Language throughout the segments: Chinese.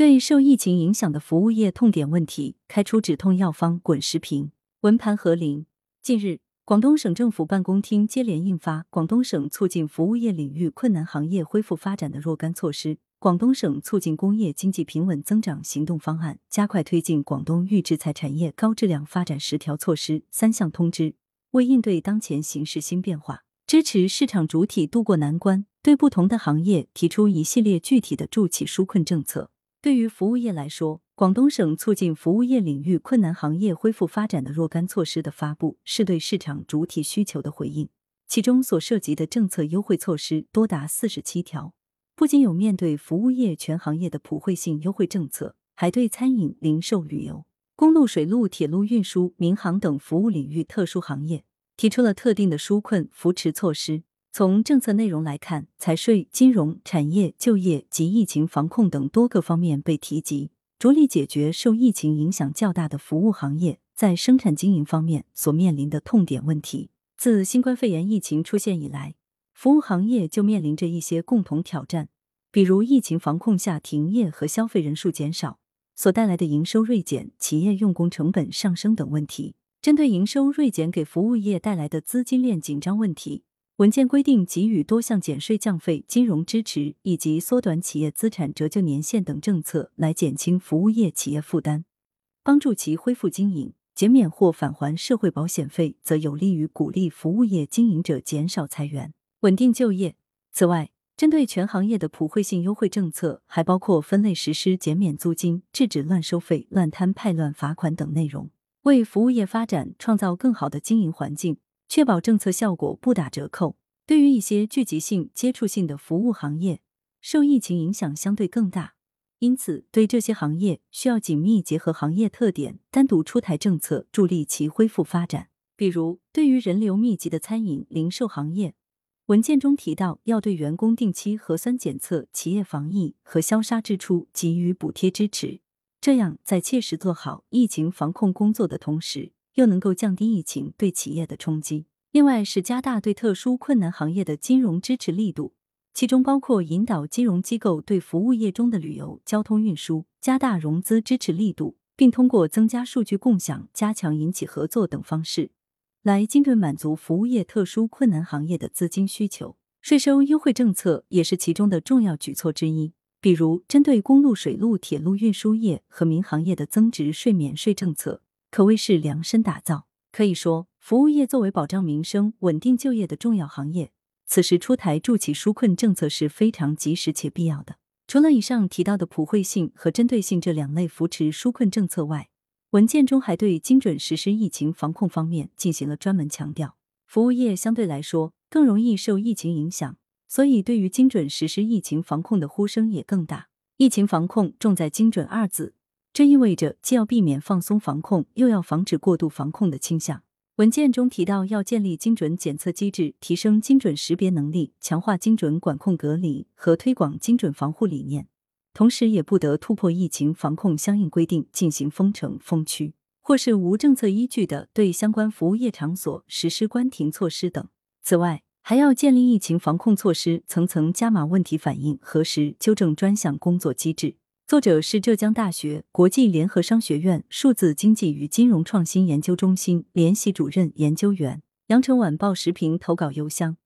对受疫情影响的服务业痛点问题开出止痛药方滚石屏。文盘何林。近日，广东省政府办公厅接连印发《广东省促进服务业领域困难行业恢复发展的若干措施》、《广东省促进工业经济平稳增长行动方案》、加快推进广东预制菜产业高质量发展10条措施3项通知，为应对当前形势新变化，支持市场主体渡过难关，对不同的行业提出一系列具体的助企纾困政策。对于服务业来说，广东省促进服务业领域困难行业恢复发展的若干措施的发布，是对市场主体需求的回应，其中所涉及的政策优惠措施多达47条，不仅有面对服务业全行业的普惠性优惠政策，还对餐饮、零售、旅游、公路、水路、铁路运输、民航等服务领域特殊行业提出了特定的纾困扶持措施。从政策内容来看，财税、金融、产业、就业及疫情防控等多个方面被提及，着力解决受疫情影响较大的服务行业在生产经营方面所面临的痛点问题。自新冠肺炎疫情出现以来，服务行业就面临着一些共同挑战，比如疫情防控下停业和消费人数减少所带来的营收锐减、企业用工成本上升等问题。针对营收锐减给服务业带来的资金链紧张问题，文件规定给予多项减税降费、金融支持以及缩短企业资产折旧年限等政策，来减轻服务业企业负担，帮助其恢复经营。减免或返还社会保险费，则有利于鼓励服务业经营者减少裁员，稳定就业。此外，针对全行业的普惠性优惠政策，还包括分类实施减免租金、制止乱收费、乱摊派、乱罚款等内容，为服务业发展创造更好的经营环境，确保政策效果不打折扣。对于一些聚集性、接触性的服务行业，受疫情影响相对更大，因此对这些行业需要紧密结合行业特点，单独出台政策，助力其恢复发展。比如，对于人流密集的餐饮、零售行业，文件中提到要对员工定期核酸检测、企业防疫和消杀支出给予补贴支持，这样在切实做好疫情防控工作的同时，又能够降低疫情对企业的冲击。另外是加大对特殊困难行业的金融支持力度，其中包括引导金融机构对服务业中的旅游、交通运输加大融资支持力度，并通过增加数据共享、加强银企合作等方式，来精准满足服务业特殊困难行业的资金需求。税收优惠政策也是其中的重要举措之一，比如针对公路、水路、铁路运输业和民航业的增值税免税政策，可谓是量身打造。可以说，服务业作为保障民生、稳定就业的重要行业，此时出台助企纾困政策是非常及时且必要的。除了以上提到的普惠性和针对性这两类扶持纾困政策外，文件中还对精准实施疫情防控方面进行了专门强调。服务业相对来说更容易受疫情影响，所以对于精准实施疫情防控的呼声也更大。疫情防控重在精准2字，这意味着既要避免放松防控，又要防止过度防控的倾向。文件中提到要建立精准检测机制，提升精准识别能力，强化精准管控隔离和推广精准防护理念，同时也不得突破疫情防控相应规定进行封城、封区，或是无政策依据的对相关服务业场所实施关停措施等。此外，还要建立疫情防控措施层层加码问题反应、核实、纠正专项工作机制。作者是浙江大学国际联合商学院数字经济与金融创新研究中心联席主任研究员。羊城晚报时评投稿邮箱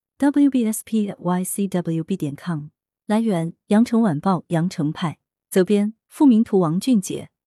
wbsp@ycwb.com。 来源：羊城晚报羊城派。责编：付明图，王俊杰。